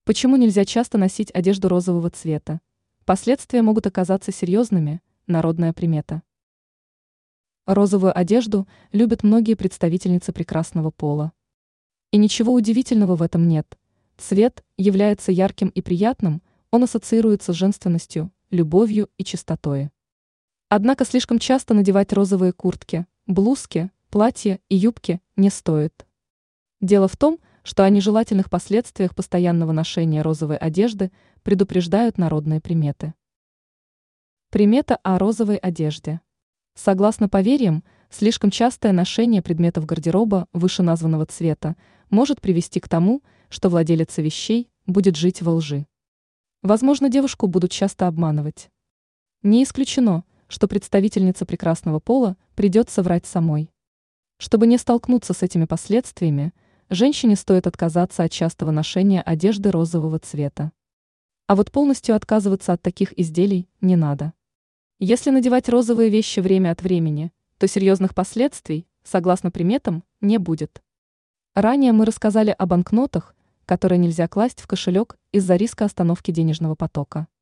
Почему нельзя часто носить одежду розового цвета? Последствия могут оказаться серьезными, народная примета. Розовую одежду любят многие представительницы прекрасного пола. И ничего удивительного в этом нет. Цвет является ярким и приятным, он ассоциируется с женственностью, любовью и чистотой. Однако слишком часто надевать розовые куртки, блузки, платья и юбки не стоит. Дело в том, что о нежелательных последствиях постоянного ношения розовой одежды предупреждают народные приметы. Примета о розовой одежде. Согласно поверьям, слишком частое ношение предметов гардероба вышеназванного цвета может привести к тому, что владелица вещей будет жить во лжи. Возможно, девушку будут часто обманывать. Не исключено, что представительнице прекрасного пола придется врать самой. Чтобы не столкнуться с этими последствиями, женщине стоит отказаться от частого ношения одежды розового цвета. А вот полностью отказываться от таких изделий не надо. Если надевать розовые вещи время от времени, то серьезных последствий, согласно приметам, не будет. Ранее мы рассказали о банкнотах, которые нельзя класть в кошелек из-за риска остановки денежного потока.